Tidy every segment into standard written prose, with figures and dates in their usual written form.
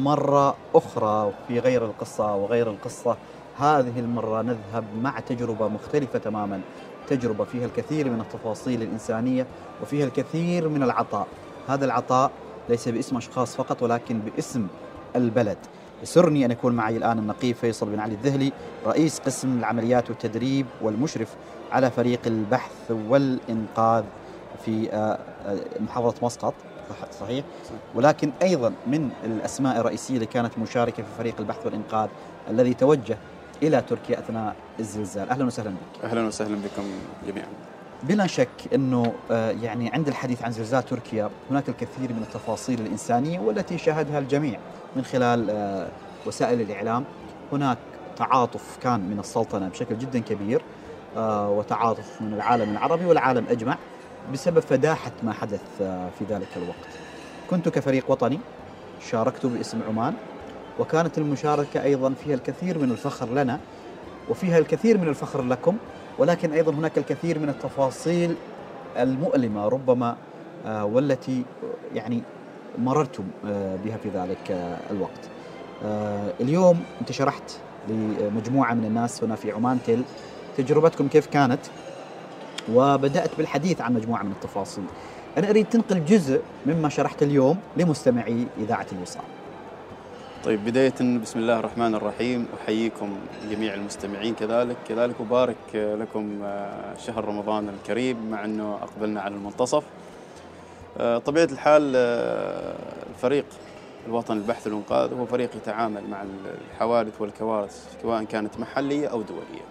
مرة أخرى في غير القصة وغير القصة. هذه المرة نذهب مع تجربة مختلفة تماما، تجربة فيها الكثير من التفاصيل الإنسانية وفيها الكثير من العطاء. هذا العطاء ليس باسم أشخاص فقط ولكن باسم البلد. يسرني أن يكون معي الآن النقيب فيصل بن علي الذهلي، رئيس قسم العمليات والتدريب والمشرف على فريق البحث والإنقاذ في محافظة مسقط، صحيح؟ ولكن أيضا من الأسماء الرئيسية اللي كانت مشاركة في فريق البحث والإنقاذ الذي توجه إلى تركيا أثناء الزلزال. أهلا وسهلا بك. أهلا وسهلا بكم جميعا. بلا شك أنه يعني عند الحديث عن زلزال تركيا هناك الكثير من التفاصيل الإنسانية والتي شاهدها الجميع من خلال وسائل الإعلام. هناك تعاطف كان من السلطنة بشكل جدا كبير، وتعاطف من العالم العربي والعالم أجمع بسبب فداحة ما حدث في ذلك الوقت. كنت كفريق وطني شاركت باسم عمان، وكانت المشاركة أيضا فيها الكثير من الفخر لنا وفيها الكثير من الفخر لكم، ولكن أيضا هناك الكثير من التفاصيل المؤلمة ربما والتي يعني مررتم بها في ذلك الوقت. اليوم أنت شرحت لمجموعة من الناس هنا في عمان تل تجربتكم كيف كانت، وبدأت بالحديث عن مجموعة من التفاصيل. أنا أريد تنقل جزء مما شرحت اليوم لمستمعي إذاعة الوصال. طيب، بداية بسم الله الرحمن الرحيم، أحييكم جميع المستمعين كذلك أبارك لكم شهر رمضان الكريم مع أنه أقبلنا على المنتصف. طبيعة الحال الفريق الوطني للبحث والإنقاذ هو فريق يتعامل مع الحوادث والكوارث سواء كانت محلية أو دولية.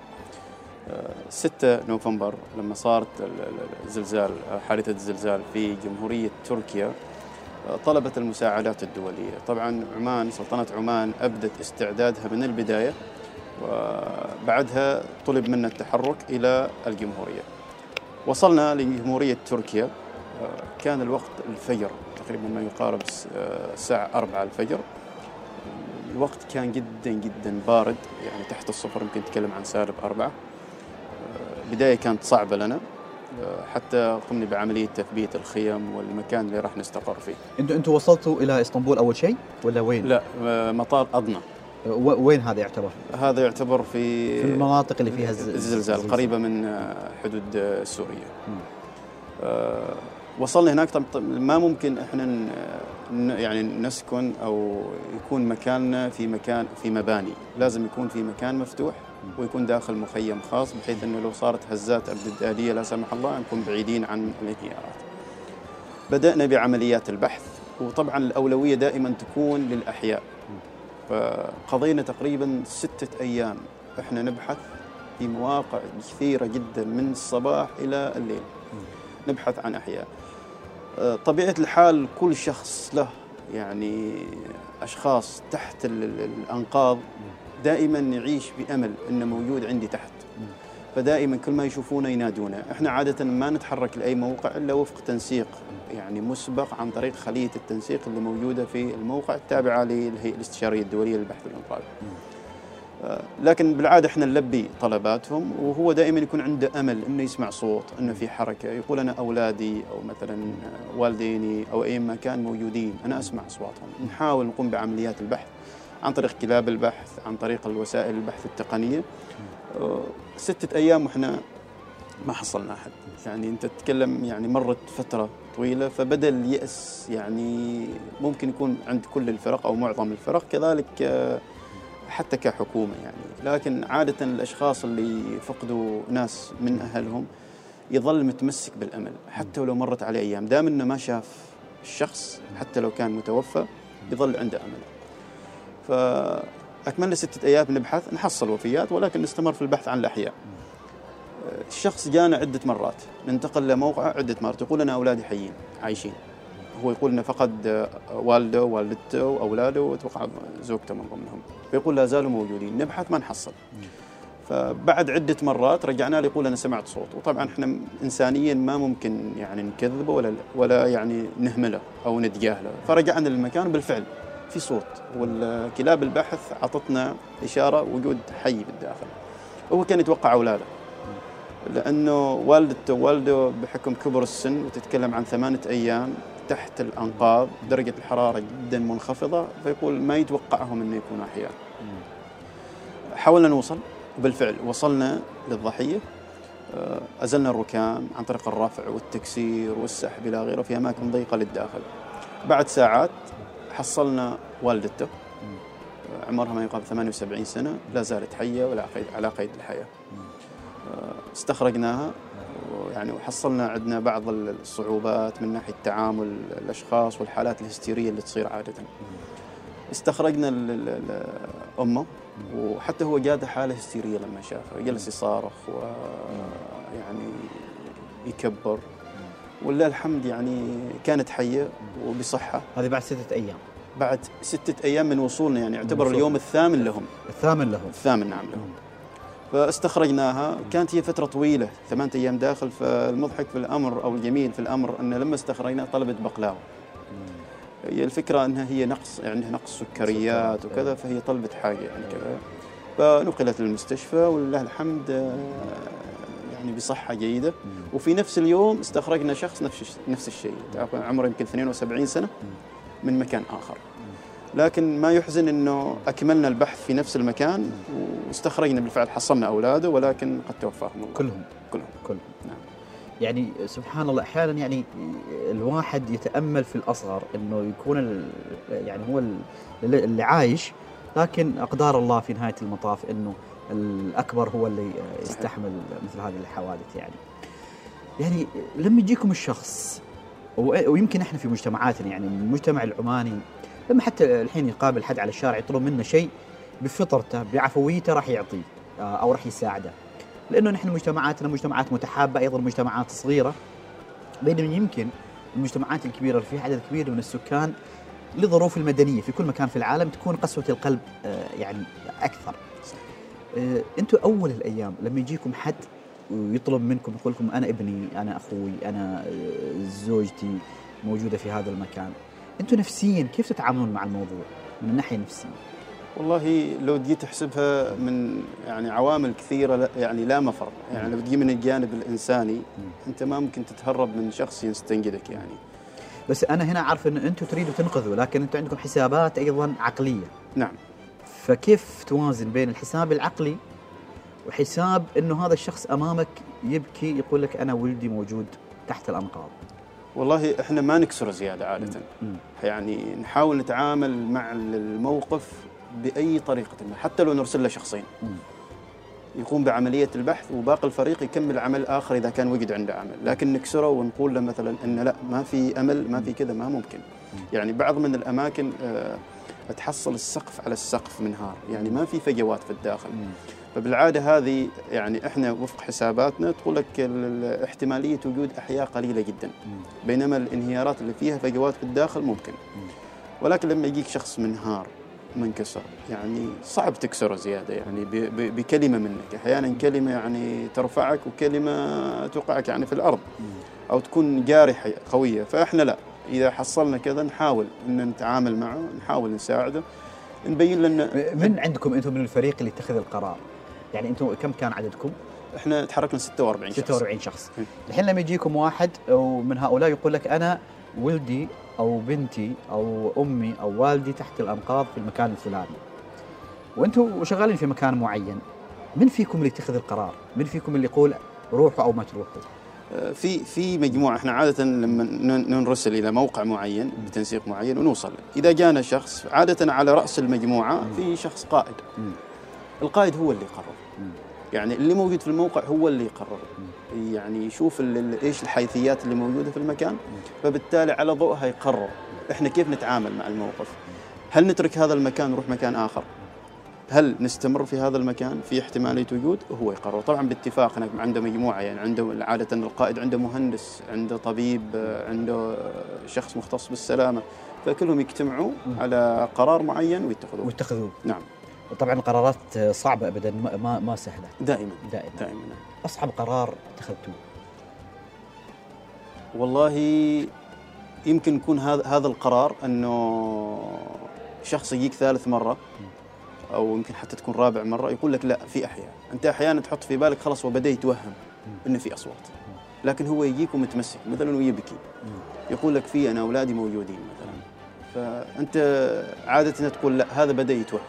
6 نوفمبر لما صارت الزلزال، حادثة الزلزال في جمهورية تركيا، طلبت المساعدات الدولية. طبعا عمان، سلطنة عمان أبدت استعدادها من البداية، وبعدها طلب منا التحرك إلى الجمهورية. وصلنا لجمهورية تركيا، كان الوقت الفجر تقريبا ما يقارب الساعة 4 الفجر. الوقت كان جدا جدا بارد، يعني تحت الصفر، يمكن نتكلم عن -4. بداية كانت صعبة لنا، حتى قمنا بعملية تثبيت الخيم والمكان اللي راح نستقر فيه. انتوا وصلتوا إلى إسطنبول أول شيء ولا وين؟ لا، مطار أضنا. وين هذا يعتبر؟ هذا يعتبر في المناطق اللي فيها الزلزال، قريبة من حدود سوريا. وصلنا هناك. طب ما ممكن احنا يعني نسكن او يكون مكاننا في مباني، لازم يكون في مكان مفتوح ويكون داخل مخيم خاص، بحيث انه لو صارت هزات ارتداديه لا سمح الله نكون بعيدين عن الانهيارات. بدأنا بعمليات البحث، وطبعا الأولوية دائما تكون للأحياء. فقضينا تقريبا 6 أيام احنا نبحث في مواقع كثيرة جدا من الصباح إلى الليل، نبحث عن أحياء. طبيعة الحال كل شخص له يعني أشخاص تحت الأنقاض دائما يعيش بأمل أنه موجود عندي تحت، فدائما كل ما يشوفونه ينادونه. احنا عادة ما نتحرك لأي موقع إلا وفق تنسيق يعني مسبق عن طريق خلية التنسيق اللي موجودة في الموقع التابعة للهيئة الاستشارية الدولية للبحث والإنقاذ. لكن بالعادة احنا نلبي طلباتهم، وهو دائما يكون عنده أمل أنه يسمع صوت، أنه في حركة. يقول أنا أولادي أو مثلا والديني أو أي مكان موجودين، أنا أسمع أصواتهم. نحاول نقوم بعمليات البحث عن طريق كلاب البحث، عن طريق الوسائل البحث التقنية. 6 أيام وإحنا ما حصلنا أحد. يعني أنت تتكلم يعني مرت فترة طويلة، فبدأ اليأس يعني ممكن يكون عند كل الفرق أو معظم الفرق، كذلك حتى كحكومة يعني. لكن عادة الأشخاص اللي فقدوا ناس من أهلهم يظل متمسك بالأمل حتى ولو مرت عليه أيام، دام إنه ما شاف الشخص حتى لو كان متوفى يظل عنده أمل. فأكملنا 6 أيام نبحث، نحصل وفيات ولكن نستمر في البحث عن الأحياء. الشخص جانا عدة مرات، ننتقل لموقع عدة مرات، يقول أنا أولادي حيين عايشين. هو يقول لنا فقد والده ووالدته وأولاده وتوقع زوجته من ضمنهم، فيقول لا زالوا موجودين. نبحث ما نحصل. فبعد عدة مرات رجعنا له يقول أنا سمعت صوت. وطبعا احنا إنسانيا ما ممكن يعني نكذبه ولا يعني نهمله أو نتجاهله. فرجعنا للمكان بالفعل في صوت، والكلاب البحث عطتنا إشارة وجود حي بالداخل. هو كان يتوقع أولاده، لأنه والدته ووالده بحكم كبر السن، وتتكلم عن 8 أيام تحت الأنقاض درجة الحرارة جدا منخفضة، فيقول ما يتوقعهم أن يكونوا أحياء. حاولنا نوصل، وبالفعل وصلنا للضحية. أزلنا الركام عن طريق الرفع والتكسير والسحب إلى غيره في أماكن ضيقة للداخل. بعد ساعات حصلنا والدته عمرها ما يقارب 78 سنة، لا زالت حية ولا على قيد الحياة. استخرجناها يعني، وحصلنا عندنا بعض الصعوبات من ناحية تعامل الأشخاص والحالات الهستيرية اللي تصير عادة. استخرجنا أمه، وحتى هو جاده حالة هستيرية لما شافها، جلس يصارخ ويعني يكبر، ولله الحمد يعني كانت حية وبصحة. هذه بعد 6 أيام؟ بعد 6 أيام من وصولنا، يعني يعتبر اليوم الثامن لهم. الثامن لهم؟ الثامن نعم لهم. فاستخرجناها، كانت هي فترة طويلة 8 أيام داخل. فالمضحك في الأمر أو الجميل في الأمر أن لما استخرجناها طلبت بقلاوة. هي الفكرة أنها هي نقص، يعني عندها نقص سكريات وكذا، فهي طلبت حاجة يعني كذا. فنقلت للمستشفى ولله الحمد يعني بصحة جيدة. وفي نفس اليوم استخرجنا شخص نفس الشيء، عمره يمكن 72 سنة من مكان آخر. لكن ما يحزن أنه أكملنا البحث في نفس المكان واستخرجنا بالفعل، حصلنا أولاده، ولكن قد توفاهم الله. كلهم. نعم. يعني سبحان الله، أحيانا يعني الواحد يتأمل في الأصغر أنه يكون يعني هو اللي عايش، لكن أقدار الله في نهاية المطاف أنه الأكبر هو اللي يستحمل مثل هذه الحوادث. يعني لما يجيكم الشخص، ويمكن احنا في مجتمعاتنا، يعني المجتمع العماني، لما حتى الحين يقابل حد على الشارع يطلب منه شيء بفطرته بعفويته راح يعطيه أو راح يساعده، لأنه نحن مجتمعاتنا مجتمعات متحابة، أيضا مجتمعات صغيرة، بينما يمكن المجتمعات الكبيرة اللي فيها عدد كبير من السكان لظروف المدنية في كل مكان في العالم تكون قسوة القلب يعني أكثر. أنتم أول الأيام لما يجيكم حد ويطلب منكم، يقول لكم أنا ابني، أنا أخوي، أنا زوجتي موجودة في هذا المكان، أنتم نفسيا كيف تتعاملون مع الموضوع من الناحية النفسية؟ والله لو جيت تحسبها من يعني عوامل كثيرة، يعني لا مفر. يعني لو تجي من الجانب الإنساني، أنت ما ممكن تتهرب من شخص يستنقذك يعني. بس أنا هنا عارف أن أنتم تريدوا تنقذوا، لكن أنتم عندكم حسابات أيضا عقلية. نعم. فكيف توازن بين الحساب العقلي وحساب أنه هذا الشخص أمامك يبكي يقول لك أنا ولدي موجود تحت الأنقاض؟ والله إحنا ما نكسر زيادة عادة. يعني نحاول نتعامل مع الموقف بأي طريقة ما، حتى لو نرسل له شخصين يقوم بعملية البحث وباقي الفريق يكمل عمل آخر إذا كان وجد عنده عمل. لكن نكسره ونقول له مثلا إن لا ما في أمل، ما في كذا، ما ممكن. يعني بعض من الأماكن تحصل السقف على السقف منهار، يعني ما في فجوات في الداخل. فبالعادة هذه يعني إحنا وفق حساباتنا تقول لك احتمالية وجود أحياء قليلة جدا، بينما الانهيارات اللي فيها فجوات في الداخل ممكن. ولكن لما يجيك شخص منهار منكسر، يعني صعب تكسره زيادة، يعني بكلمة منك، أحيانا كلمة يعني ترفعك وكلمة توقعك يعني في الأرض، أو تكون جارحة قوية. فإحنا لا، إذا حصلنا كذا نحاول أن نتعامل معه، نحاول نساعده، نبين لنا. من عندكم أنتم من الفريق اللي اتخذ القرار، يعني أنتم كم كان عددكم؟ إحنا تحركنا 46 شخص. الحين لما يجيكم واحد ومن هؤلاء يقول لك أنا ولدي أو بنتي أو أمي أو والدي تحت الأنقاض في المكان الفلاني، وأنتم شغالين في مكان معين، من فيكم اللي يتخذ القرار؟ من فيكم اللي يقول روحوا أو ما تروحوا؟ في مجموعة. احنا عادة لما نرسل إلى موقع معين بتنسيق معين ونوصل، إذا جانا شخص عادة على رأس المجموعة في شخص قائد. القائد هو اللي يقرر، يعني اللي موجود في الموقع هو اللي يقرر، يعني يشوف إيش الحيثيات اللي موجودة في المكان، فبالتالي على ضوءها يقرر إحنا كيف نتعامل مع الموقف. هل نترك هذا المكان ونروح مكان آخر؟ هل نستمر في هذا المكان في احتمالية وجود؟ وهو يقرر طبعا باتفاق. هناك عنده مجموعة، يعني عنده عادة القائد عنده مهندس، عنده طبيب، عنده شخص مختص بالسلامة، فكلهم يجتمعوا على قرار معين ويتخذوه. نعم. طبعا القرارات صعبة أبدا، ما سهلة. دائما. أصعب قرار اتخذتوه؟ والله يمكن يكون هذا القرار أنه شخص يجيك ثالث مرة أو يمكن حتى تكون رابع مرة يقول لك لا في أحياء. أنت أحيانا تحط في بالك خلاص وبدأ يتوهم إن في أصوات، لكن هو يجيك ومتمسك مثلا ويبكي، يقول لك في أنا أولادي موجودين مثلا، فأنت عادة تقول لا هذا بدأ يتوهم.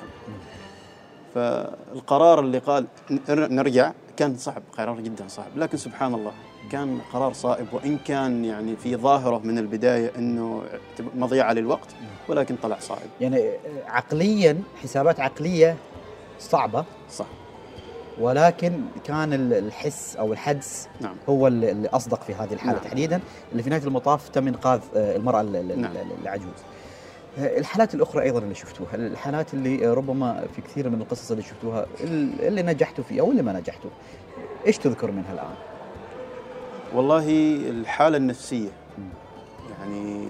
فالقرار اللي قال نرجع كان صعب، قرار جدا صعب، لكن سبحان الله كان قرار صائب، وإن كان يعني في ظاهره من البداية أنه مضيعة للوقت، ولكن طلع صائب. يعني عقليا حسابات عقلية صعبة صح، ولكن كان الحس أو الحدس نعم. هو اللي أصدق في هذه الحالة، نعم. تحديدا اللي في نهاية المطاف تم إنقاذ المرأة نعم. العجوز. الحالات الأخرى أيضا اللي شفتوها، الحالات اللي ربما في كثير من القصص اللي شفتوها اللي نجحتوا فيه أو اللي ما نجحتوا، إيش تذكر منها الآن؟ والله الحالة النفسية يعني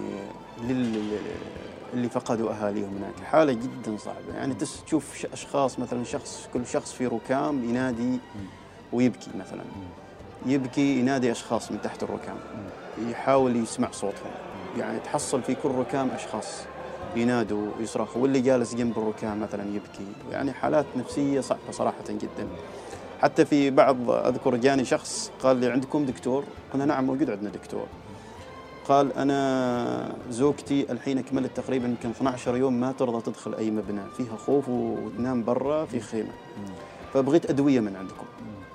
اللي فقدوا أهاليهم هناك حالة جدا صعبة. يعني تشوف أشخاص مثلا، كل شخص في ركام ينادي ويبكي مثلا، يبكي ينادي أشخاص من تحت الركام، يحاول يسمع صوتهم. يعني تحصل في كل ركام أشخاص ينادوا ويصرخوا، واللي جالس جنب الركام مثلا يبكي. يعني حالات نفسية صعبة صراحة جدا. حتى في بعض أذكر جاني شخص قال لي عندكم دكتور؟ قلنا نعم موجود عندنا دكتور. قال أنا زوجتي الحين كملت تقريبا يمكن 12 يوم ما ترضى تدخل أي مبنى فيها خوف وتنام برا في خيمة، فبغيت أدوية من عندكم.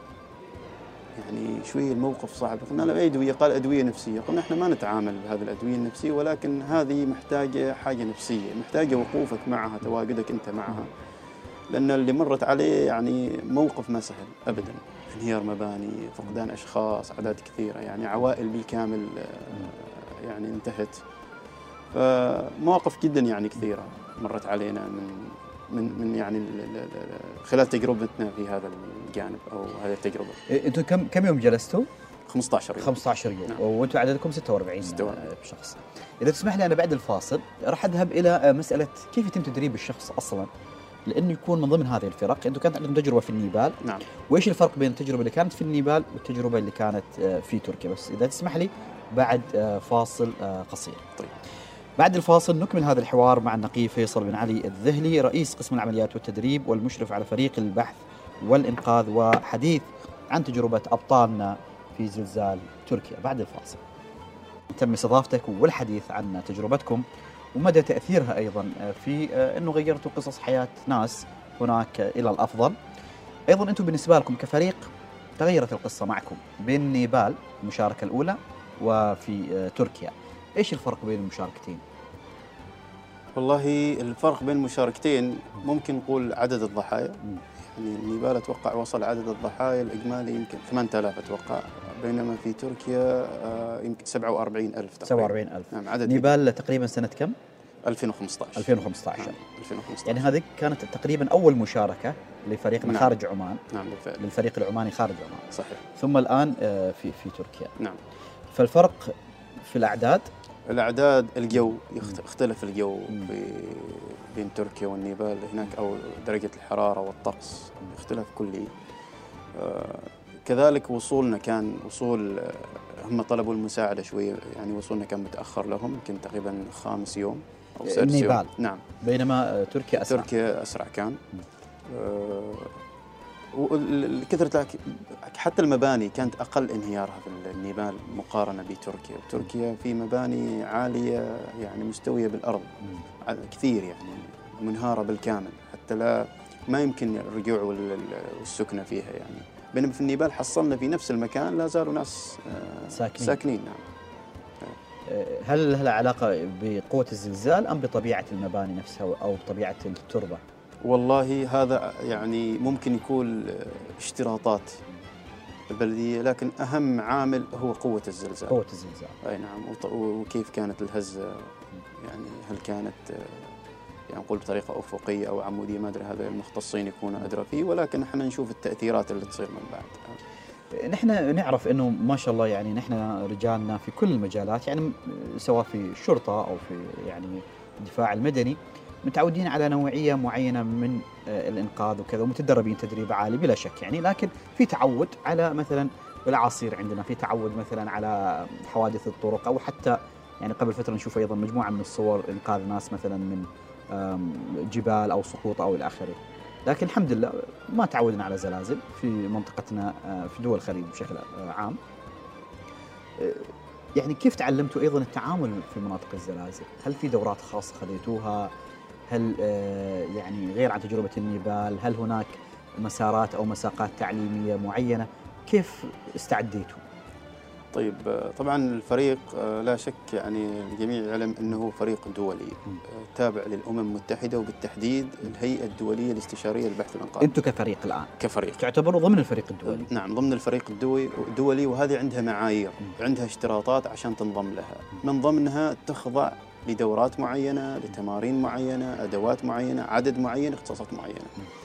يعني شوي الموقف صعب. قلنا له أي أدوية؟ قال أدوية نفسية. قلنا إحنا ما نتعامل بهذه الأدوية النفسية، ولكن هذه محتاجة حاجة نفسية، محتاجة وقوفك معها، تواجدك أنت معها، لأن اللي مرت عليه يعني موقف ما سهل أبدا. انهيار مباني، فقدان أشخاص، أعداد كثيرة، يعني عوائل بالكامل يعني انتهت. فمواقف جدا يعني كثيرة مرت علينا من يعني خلال تجربتنا في هذا الجانب أو هذه التجربة. أنتم كم يوم جلستوا؟ 15 يوم. 15 يوم. نعم. وأنتم عددكم 46 شخص. إذا تسمح لي أنا بعد الفاصل راح أذهب إلى مسألة كيف يتم تدريب الشخص أصلا لأنه يكون من ضمن هذه الفرق. أنتم كانت عندكم تجربة في النيبال، نعم. وإيش الفرق بين التجربة اللي كانت في النيبال والتجربة اللي كانت في تركيا؟ بس إذا تسمح لي بعد فاصل قصير. طيب. بعد الفاصل نكمل هذا الحوار مع النقيب فيصل بن علي الذهلي، رئيس قسم العمليات والتدريب والمشرف على فريق البحث والإنقاذ، وحديث عن تجربة أبطالنا في زلزال تركيا. بعد الفاصل تم استضافتك والحديث عن تجربتكم ومدى تأثيرها أيضا في أنه غيرتوا قصص حياة ناس هناك إلى الأفضل. أيضا أنتم بالنسبة لكم كفريق تغيرت القصة معكم بين نيبال المشاركة الأولى وفي تركيا، إيش الفرق بين المشاركتين؟ والله الفرق بين المشاركتين ممكن نقول عدد الضحايا. يعني نيبال أتوقع وصل عدد الضحايا الإجمالي يمكن 8000 أتوقع، بينما في تركيا يمكن 47,000 تقريبا. 47,000. نعم. عدد نيبال تقريبا سنة كم؟ 2015. 2015. نعم. 2015. يعني هذه كانت تقريبا أول مشاركة لفريقنا. نعم. خارج عمان. نعم بالفعل. للفريق العماني خارج عمان. صحيح. ثم الآن في تركيا. نعم. فالفرق في الأعداد، الجو اختلف الجو بين تركيا والنيبال هناك، أو درجة الحرارة والطقس اختلف كلي. كذلك وصولنا كان هم طلبوا المساعدة شوية، يعني وصولنا كان متأخر لهم يمكن تقريبا 5 يوم أو 6 يوم. النيبال. نعم. بينما تركيا أسرع. تركيا أسرع كان. كثرة حتى المباني كانت أقل انهيارها في النيبال مقارنة بتركيا. تركيا في مباني عالية يعني مستوية بالأرض كثير، يعني منهارة بالكامل حتى ما يمكن الرجوع والسكنة فيها يعني. بينما في النيبال حصلنا في نفس المكان لا زالوا ناس ساكنين. نعم. هل لها علاقة بقوة الزلزال أم بطبيعة المباني نفسها أو بطبيعة التربة؟ والله هذا يعني ممكن يكون اشتراطات البلدية، لكن أهم عامل هو قوة الزلزال. قوة الزلزال. أي نعم. وكيف كانت الهزة، يعني هل كانت يعني نقول بطريقة أفقية أو عمودية، ما أدري، هذا المختصين يكونوا أدرى فيه، ولكن احنا نشوف التأثيرات اللي تصير من بعد. نحن نعرف أنه ما شاء الله يعني نحن رجالنا في كل المجالات، يعني سواء في الشرطة أو في يعني الدفاع المدني متعودين على نوعية معينة من الإنقاذ وكذا، ومتدربين تدريب عالي بلا شك يعني، لكن في تعود على مثلا الأعاصير، عندنا في تعود مثلا على حوادث الطرق، أو حتى يعني قبل فترة نشوف أيضا مجموعة من الصور إنقاذ ناس مثلا من جبال أو سقوط أو إلى آخره. لكن الحمد لله ما تعودنا على زلازل في منطقتنا في دول الخليج بشكل عام. يعني كيف تعلمتوا أيضا التعامل في مناطق الزلازل؟ هل في دورات خاصة خذيتوها؟ هل يعني غير عن تجربة النيبال، هل هناك مسارات أو مساقات تعليمية معينة؟ كيف استعديتوا؟ طيب، طبعا الفريق لا شك يعني الجميع يعلم أنه فريق دولي تابع للأمم المتحدة، وبالتحديد الهيئة الدولية الاستشارية للبحث والإنقاذ. أنتم كفريق الآن كفريق تعتبروا ضمن الفريق الدولي؟ نعم، ضمن الفريق الدولي، وهذه عندها معايير، عندها اشتراطات عشان تنضم لها. من ضمنها تخضع لدورات معينة، لتمارين معينة، أدوات معينة، عدد معين، اختصاصات معينة.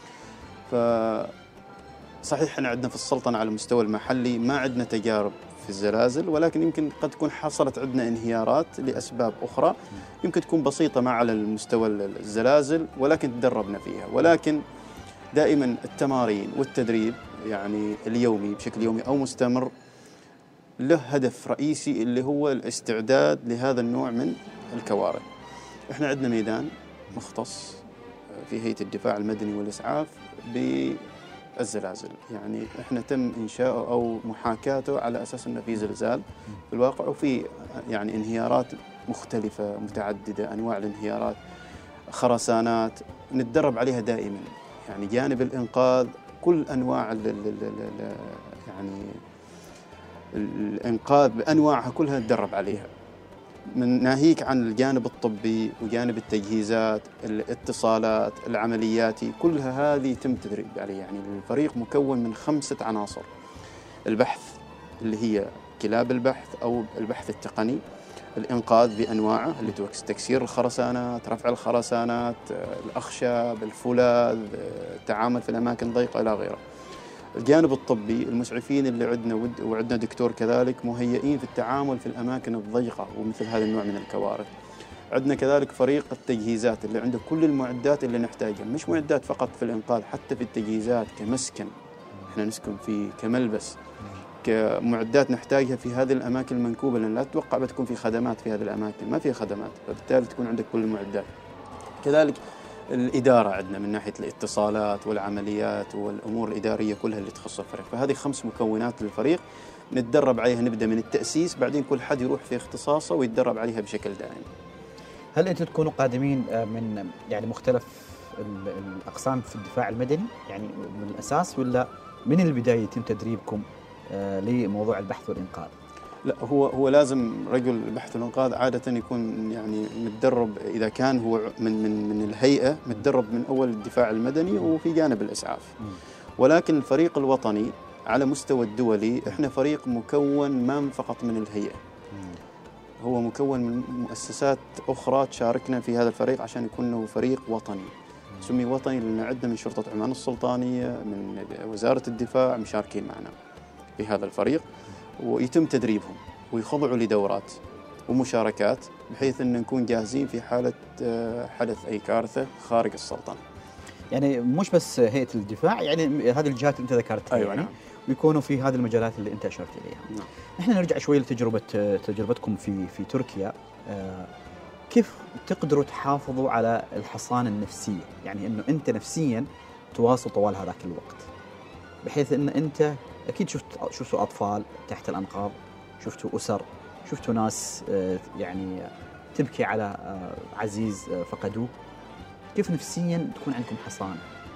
فصحيح أن عندنا في السلطنة على المستوى المحلي ما عندنا تجارب في الزلازل، ولكن يمكن قد تكون حصلت عندنا انهيارات لأسباب أخرى يمكن تكون بسيطة ما على المستوى الزلازل، ولكن تدربنا فيها. ولكن دائما التمارين والتدريب يعني اليومي بشكل يومي أو مستمر له هدف رئيسي اللي هو الاستعداد لهذا النوع من الكوارث. احنا عندنا ميدان مختص في هيئة الدفاع المدني والإسعاف بالزلازل، يعني احنا تم إنشاؤه أو محاكاته على أساس أنه في زلزال في الواقع، وفي يعني انهيارات مختلفة متعددة، أنواع الانهيارات، خرسانات نتدرب عليها دائما، يعني جانب الإنقاذ كل أنواع يعني الإنقاذ بأنواعها كلها نتدرب عليها، من ناهيك عن الجانب الطبي وجانب التجهيزات، الاتصالات، العملياتي، كلها هذه يتم التدريب عليها. يعني الفريق مكون من 5 عناصر: البحث اللي هي كلاب البحث أو البحث التقني، الإنقاذ بأنواعه اللي تكسير الخرسانات، رفع الخرسانات، الأخشاب، الفولاذ، التعامل في الأماكن ضيقة إلى غيره. الجانب الطبي، المسعفين اللي عندنا وعندنا دكتور كذلك مهيئين في التعامل في الأماكن الضيقة ومثل هذا النوع من الكوارث. عندنا كذلك فريق التجهيزات اللي عنده كل المعدات اللي نحتاجها، مش معدات فقط في الإنقاذ، حتى في التجهيزات كمسكن احنا نسكن فيه، كملبس، كمعدات نحتاجها في هذه الأماكن المنكوبة، لأن لا تتوقع بتكون في خدمات في هذه الأماكن، ما في خدمات، فبالتالي تكون عندك كل المعدات. كذلك الإدارة عندنا من ناحية الاتصالات والعمليات والأمور الإدارية كلها اللي تخص الفريق. فهذه 5 مكونات للفريق نتدرب عليها، نبدأ من التأسيس، بعدين كل حد يروح في اختصاصه ويتدرب عليها بشكل دائم. هل أنتم تكونوا قادمين من يعني مختلف الأقسام في الدفاع المدني يعني من الأساس، ولا من البداية يتم تدريبكم لموضوع البحث والإنقاذ؟ لا، هو لازم رجل البحث والإنقاذ عادة يكون يعني متدرب، إذا كان هو من الهيئة متدرب من أول الدفاع المدني وفي جانب الإسعاف. ولكن الفريق الوطني على مستوى الدولي احنا فريق مكون ما فقط من الهيئة، هو مكون من مؤسسات أخرى تشاركنا في هذا الفريق عشان يكون له فريق وطني. سمي وطني لأن عندنا من شرطة عمان السلطانية، من وزارة الدفاع مشاركين معنا في هذا الفريق، ويتم تدريبهم ويخضعوا لدورات ومشاركات بحيث أن نكون جاهزين في حالة حدث أي كارثة خارج السلطنة. يعني مش بس هيئة الدفاع، يعني هذه الجهات اللي أنت ذكرتها، أيوة يعني نعم. ويكونوا في هذه المجالات اللي أنت أشرت إليها. نعم. نحن نرجع شوي لتجربتكم في تركيا. كيف تقدروا تحافظوا على الحصانة النفسية؟ يعني أنه أنت نفسيا تواصل طوال هذاك الوقت، بحيث أن أنت أكيد شفتوا أطفال تحت الأنقاض، شفتوا أسر، شفتوا ناس يعني تبكي على عزيز فقدوه. كيف نفسيا تكون عندكم حصانة؟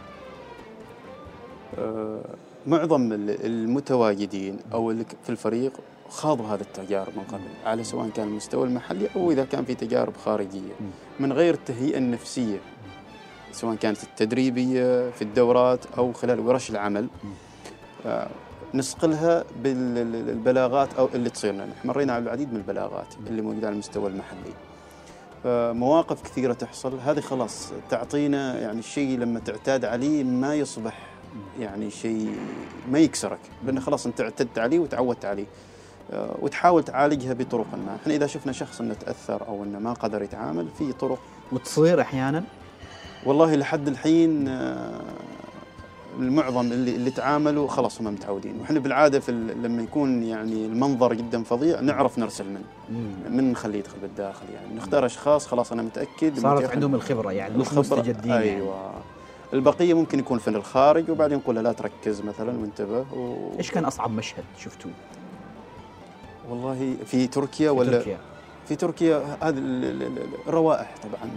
معظم المتواجدين أو اللي في الفريق خاضوا هذه التجارب من قبل، على سواء كان المستوى المحلي أو إذا كان في تجارب خارجية، من غير التهيئة النفسية سواء كانت التدريبية في الدورات أو خلال ورش العمل، نسقلها بالبلاغات أو اللي تصير لنا. مرينا على العديد من البلاغات اللي موجودة على المستوى المحلي، فمواقف كثيرة تحصل، هذه خلاص تعطينا يعني الشيء لما تعتاد عليه ما يصبح يعني شيء ما يكسرك، لأنه خلاص أنت اعتدت عليه وتعودت عليه، وتحاول تعالجها بطرق ما. احنا إذا شفنا شخص أنه تأثر أو أنه ما قدر يتعامل، في طرق وتصير أحيانا. والله لحد الحين المعظم اللي تعاملوا خلاص هم متعودين، وإحنا بالعادة لما يكون يعني المنظر جدا فظيع نعرف نرسل من نخليه يدخل بالداخل، يعني نختار أشخاص خلاص أنا متأكد صارت عندهم الخبرة، يعني مستجدين. أيوة يعني. البقية ممكن يكون في الخارج، وبعدين نقول لا تركز مثلا وانتبه. إيش كان أصعب مشهد شفتوه؟ والله في تركيا في ولا تركيا. في تركيا هذه الروائح طبعا.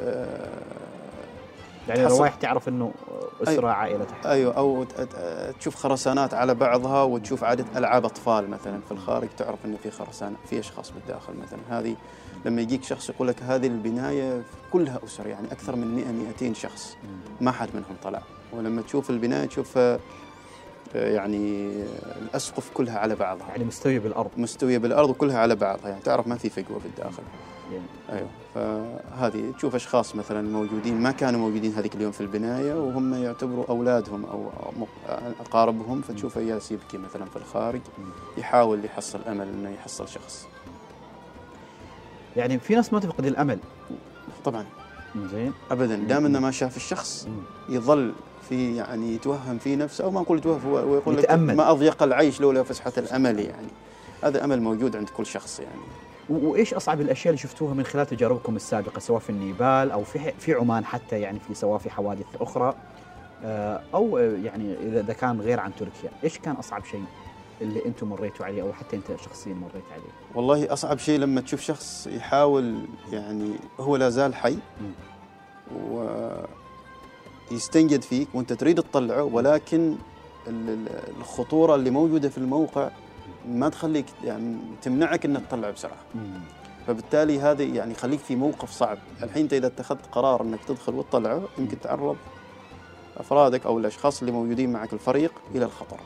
يعني الروائح تعرف انه اسره عائله تحت. ايوه، او تشوف خرسانات على بعضها، وتشوف عاده العاب اطفال مثلا في الخارج، تعرف انه في خرسانه، في اشخاص بالداخل مثلا. هذه لما يجيك شخص يقول لك هذه البنايه كلها اسر، يعني اكثر من 100-200 شخص ما حد منهم طلع. ولما تشوف البنايه تشوف يعني الاسقف كلها على بعضها، يعني مستويه بالارض، مستويه بالارض وكلها على بعضها، يعني تعرف ما في فجوه بالداخل. ايوه، فهذه تشوف اشخاص مثلا موجودين ما كانوا موجودين هذيك اليوم في البنايه، وهم يعتبروا اولادهم او اقاربهم، فتشوفه جالس يبكي مثلا في الخارج، يحاول يحصل امل انه يحصل شخص. يعني في ناس ما تفقد الامل طبعا، زين ابدا، دام انه ما شاف الشخص يظل في يعني يتوهم في نفسه، او ما نقول يتوهم، هو يقول لك ما اضيق العيش لولا فسحه الامل. يعني هذا امل موجود عند كل شخص يعني. وايش اصعب الاشياء اللي شفتوها من خلال تجاربكم السابقه، سواء في النيبال او في عمان حتى، يعني سواء في حوادث اخرى او يعني اذا كان غير عن تركيا، ايش كان اصعب شيء اللي انتم مريتوا عليه او حتى انت شخصيا مريت عليه؟ والله اصعب شيء لما تشوف شخص يحاول، يعني هو لا زال حي ويستنجد فيك وانت تريد تطلعه، ولكن الخطوره اللي موجوده في الموقع ما تخليك، يعني تمنعك انك تطلع بسرعه. فبالتالي هذا يعني يخليك في موقف صعب. الحين انت اذا اتخذت قرار انك تدخل وتطلعه، يمكن تعرض افرادك او الاشخاص اللي موجودين معك الفريق الى الخطر.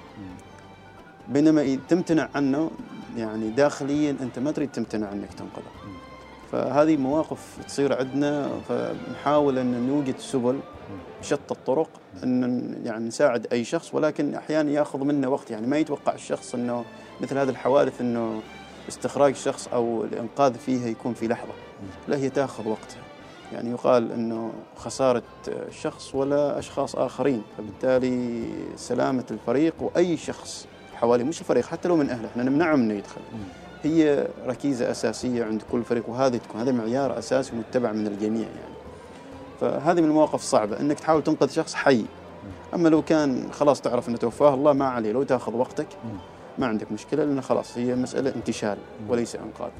بينما تمتنع عنه، يعني داخليا انت ما تريد تمتنع انك تنقذه. فهذه مواقف تصير عندنا، فنحاول ان نوجد سبل بشتى الطرق ان يعني نساعد اي شخص، ولكن احيانا ياخذ منا وقت. يعني ما يتوقع الشخص انه مثل هذه الحوادث انه استخراج الشخص او الانقاذ فيها يكون في لحظه، لا، هي تاخذ وقتها. يعني يقال انه خساره شخص ولا اشخاص اخرين، فبالتالي سلامه الفريق واي شخص حوالي، مش الفريق حتى لو من اهله، احنا نمنعهم انه يدخل، هي ركيزه اساسيه عند كل فريق، وهذه تكون هذا معيار اساسي متبع من الجميع يعني. فهذه من المواقف الصعبه انك تحاول تنقذ شخص حي. اما لو كان خلاص تعرف انه توفاه الله ما عليه، لو تاخذ وقتك ما عندك مشكله، لانه خلاص هي مساله انتشال وليس انقاذ.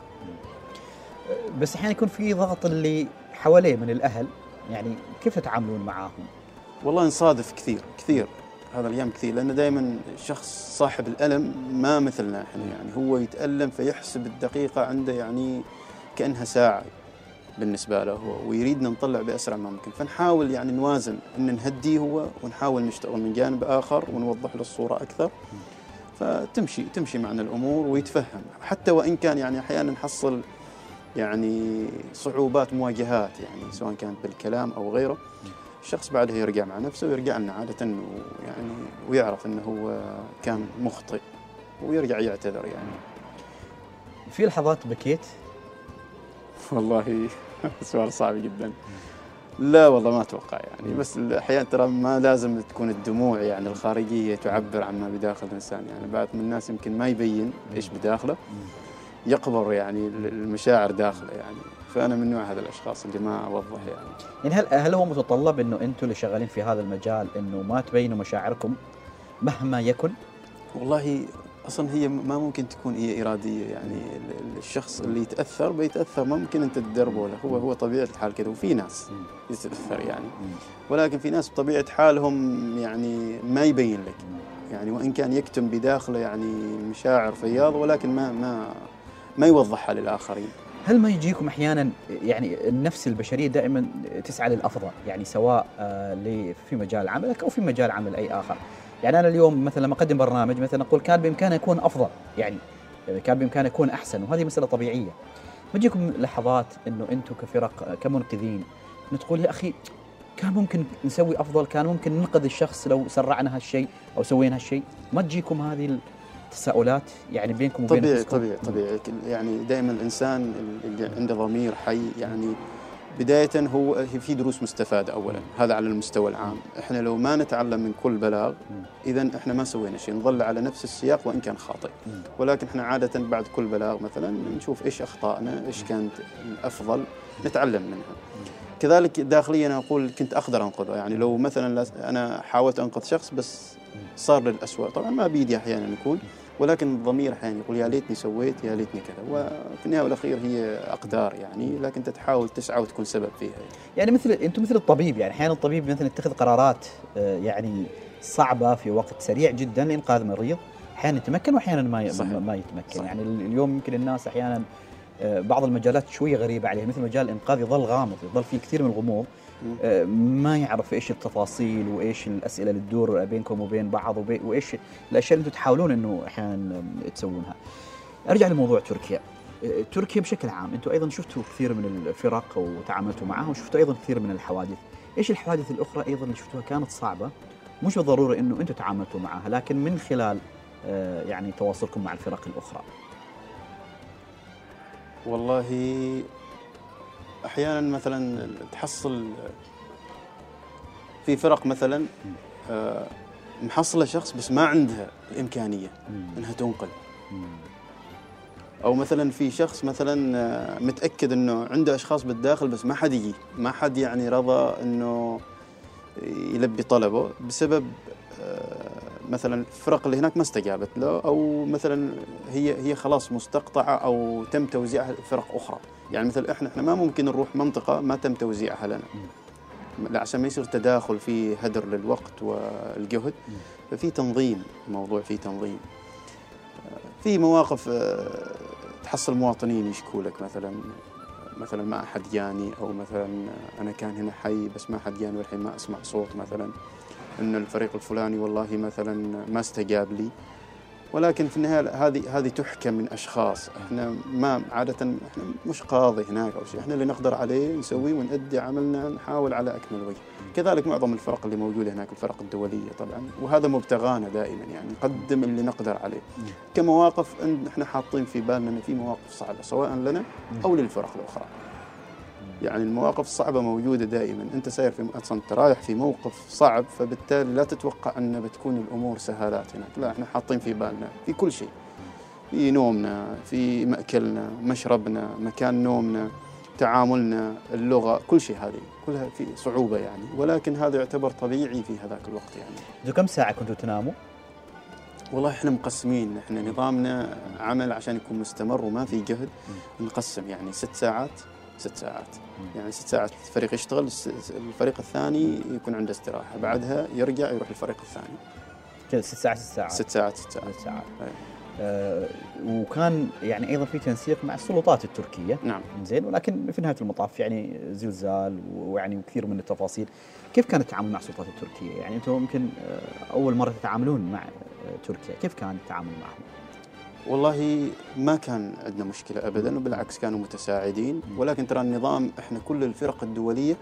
بس احيانا يكون في ضغط اللي حواليه من الاهل، يعني كيف تتعاملون معاهم؟ والله نصادف كثير هذا الايام كثير، لان دائما الشخص صاحب الالم ما مثلنا احنا، يعني هو يتالم فيحسب الدقيقه عنده يعني كانها ساعه بالنسبه له هو، ويريدنا نطلع باسرع ما ممكن. فنحاول يعني نوازن ان نهديه هو، ونحاول نشتغل من جانب اخر ونوضح له الصوره اكثر، فتمشي معنا الامور ويتفهم. حتى وان كان يعني احيانا نحصل يعني صعوبات، مواجهات، يعني سواء كانت بالكلام او غيره، الشخص بعدها يرجع مع نفسه ويرجع لنا عاده، يعني ويعرف انه هو كان مخطئ ويرجع يعتذر. يعني في لحظات بكيت؟ والله سؤال صعب جدا. لا والله ما اتوقع يعني، بس احيانا ترى ما لازم تكون الدموع يعني الخارجيه تعبر عن ما بداخل الانسان. يعني بعض من الناس يمكن ما يبين ايش بداخله، يقبر يعني المشاعر داخله يعني. فانا من نوع هذا الاشخاص اللي ما اوضح يعني هل هو متطلب انه انتم اللي شغالين في هذا المجال انه ما تبينوا مشاعركم مهما يكن؟ والله اصلا هي ما ممكن تكون هي اراديه. يعني الشخص اللي يتاثر بيتاثر، ما ممكن انت تدربه له، هو طبيعه الحال كذا. وفي ناس يتاثر يعني، ولكن في ناس بطبيعه حالهم يعني ما يبين لك، يعني وان كان يكتم بداخله يعني مشاعر فياض، ولكن ما يوضحها للاخرين. هل ما يجيكم احيانا يعني النفس البشريه دائما تسعى للافضل، يعني سواء في مجال عملك او في مجال عمل اي اخر؟ يعني انا اليوم مثلا لما اقدم برنامج مثلا اقول كان بامكانه يكون افضل، يعني كان بامكانه يكون احسن، وهذه مساله طبيعيه. ما تجيكم لحظات انه انتم كفرق كمنقذين تقول يا اخي كان ممكن نسوي افضل، كان ممكن ننقذ الشخص لو سرعنا هالشيء او سوينا هالشيء؟ ما تجيكم هذه التساؤلات يعني بينكم وبين نفسكم؟ طبيعي يعني دائما الانسان اللي عنده ضمير حي، يعني بداية هو في دروس مستفادة أولا، هذا على المستوى العام. إحنا لو ما نتعلم من كل بلاغ إذن إحنا ما سوينا شيء، نظل على نفس السياق وإن كان خاطئ. ولكن إحنا عادة بعد كل بلاغ مثلا نشوف إيش أخطأنا، إيش كانت الأفضل، نتعلم منها. كذلك داخليا أنا أقول كنت أقدر أنقذه. يعني لو مثلا أنا حاولت أنقذ شخص بس صار للأسوأ، طبعا ما بيدي أحيانا يكون، ولكن الضمير أحيانا يقول يا ليتني سويت، يا ليتني كذا، وفي النهاية والأخير هي أقدار يعني، لكن أنت تحاول تسعى وتكون سبب فيها يعني مثل أنتم مثل الطبيب، يعني أحيانا الطبيب مثلا يتخذ قرارات يعني صعبة في وقت سريع جدا لإنقاذ مريض، أحيانا يتمكن وأحيانا ما يتمكن. صحيح. يعني اليوم يمكن الناس أحيانا بعض المجالات شوية غريبة عليه، مثل مجال الإنقاذ يظل غامض، يظل فيه كثير من الغموض، ما يعرف إيش التفاصيل وإيش الأسئلة اللي تدور بينكم وبين بعض وإيش الأشياء اللي أنتم تحاولون إنه أحيانا تسوونها. أرجع لموضوع تركيا. تركيا بشكل عام أنتم أيضا شفتوا كثير من الفرق وتعاملتوا معها، وشفتوا أيضا كثير من الحوادث. إيش الحوادث الأخرى أيضا اللي شفتوها كانت صعبة، مش بالضرورة إنه أنتم تعاملتوا معها، لكن من خلال يعني تواصلكم مع الفرق الأخرى؟ والله أحيانا مثلا تحصل في فرق مثلا محصلة شخص بس ما عندها الإمكانية أنها تنقل، أو مثلا في شخص مثلا متأكد أنه عنده أشخاص بالداخل بس ما حد يجي، ما حد يعني رضى أنه يلبي طلبه بسبب مثلا الفرق اللي هناك ما استجابت له، أو مثلا هي خلاص مستقطعة أو تم توزيعها لفرق أخرى. يعني مثل إحنا ما ممكن نروح منطقة ما تم توزيعها لنا، عشان ما يصير تداخل في هدر للوقت والجهد. ففي تنظيم، الموضوع فيه تنظيم. في مواقف تحصل مواطنين يشكوا لك مثلا ما أحد جاني، أو مثلا أنا كان هنا حي بس ما أحد جاني والحين ما أسمع صوت، مثلا إن الفريق الفلاني والله مثلا ما استجاب لي. ولكن في النهاية هذه تحكم من أشخاص، إحنا ما عادة إحنا مش قاضي هناك أو شيء، إحنا اللي نقدر عليه نسويه ونؤدي عملنا، نحاول على أكمل وجه. كذلك معظم الفرق اللي موجودة هناك، الفرق الدولية طبعا، وهذا مبتغانا دائما، يعني نقدم اللي نقدر عليه. كمواقف إحنا حاطين في بالنا إن في مواقف صعبة سواء لنا أو للفرق الأخرى. يعني المواقف الصعبة موجودة دائما، أنت ساير في أصلا أنت رايح في موقف صعب، فبالتالي لا تتوقع أن بتكون الأمور سهالات هناك، لا إحنا حاطين في بالنا في كل شيء، في نومنا، في مأكلنا، مشربنا، مكان نومنا، تعاملنا، اللغة، كل شيء هذه كلها في صعوبة يعني، ولكن هذا يعتبر طبيعي في هذاك الوقت يعني. أنتوا كم ساعة كنتوا تناموا؟ والله إحنا مقسمين، إحنا نظامنا عمل عشان يكون مستمر وما في جهد، نقسم يعني 6 ساعات يعني 6 ساعات الفريق يشتغل، الفريق الثاني يكون عنده استراحة، بعدها يرجع يروح الفريق الثاني. كذا 6 ساعات 6 ساعات 6 ساعات. وكان يعني أيضا في تنسيق مع السلطات التركية. نعم. زين، ولكن في نهاية المطاف يعني زلزال ويعني وكثير من التفاصيل. كيف كان التعامل مع السلطات التركية؟ يعني أنتم يمكن أول مرة تتعاملون مع تركيا، كيف كان التعامل معهم؟ والله ما كان عندنا مشكلة أبدا، وبالعكس كانوا متساعدين. ولكن ترى النظام إحنا كل الفرق الدولية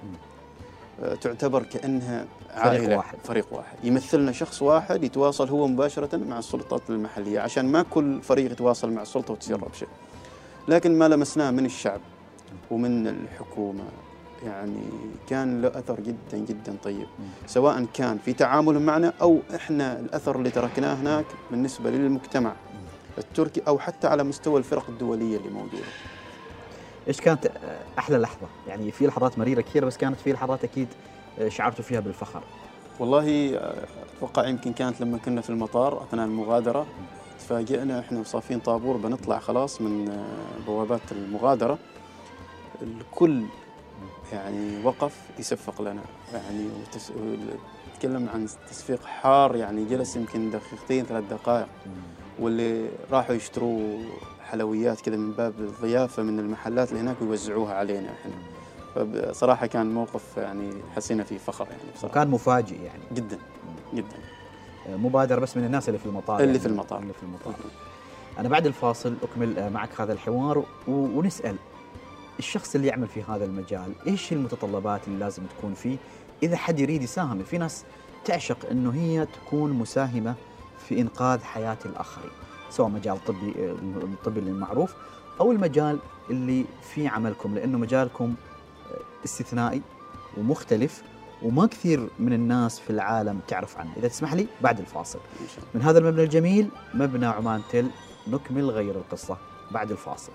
تعتبر كأنها عائلة، فريق واحد يمثلنا شخص واحد يتواصل هو مباشرة مع السلطات المحلية، عشان ما كل فريق يتواصل مع السلطة وتسرب شيء. لكن ما لمسناه من الشعب ومن الحكومة يعني كان له أثر جدا جدا طيب، سواء كان في تعامل معنا أو إحنا الأثر اللي تركناه هناك بالنسبة للمجتمع التركي، أو حتى على مستوى الفرق الدولية اللي موجودة. إيش كانت أحلى لحظة؟ يعني في لحظات مريرة كثيرة، بس كانت في لحظات أكيد شعرتوا فيها بالفخر. والله أتوقع يمكن كانت لما كنا في المطار أثناء المغادرة، تفاجئنا إحنا وصافين طابور بنطلع خلاص من بوابات المغادرة، الكل يعني وقف يصفق لنا يعني، وتكلم عن تصفيق حار يعني، جلس يمكن 2-3 دقائق. واللي راحوا يشتروا حلويات كذا من باب الضيافة من المحلات اللي هناك ويوزعوها علينا احنا. فبصراحة كان موقف يعني حسينا فيه فخر يعني بصراحة. وكان مفاجئ يعني جدا جدا. مبادرة بس من الناس اللي في المطار، اللي في المطار. أنا بعد الفاصل أكمل معك هذا الحوار ونسأل الشخص اللي يعمل في هذا المجال إيش المتطلبات اللي لازم تكون فيه إذا حد يريد يساهم. في ناس تعشق أنه هي تكون مساهمة في إنقاذ حياة الآخرين، سواء مجال الطبي المعروف أو المجال اللي في عملكم، لأنه مجالكم استثنائي ومختلف وما كثير من الناس في العالم تعرف عنه. إذا تسمح لي بعد الفاصل من هذا المبنى الجميل، مبنى عمان تل، نكمل غير القصة بعد الفاصل.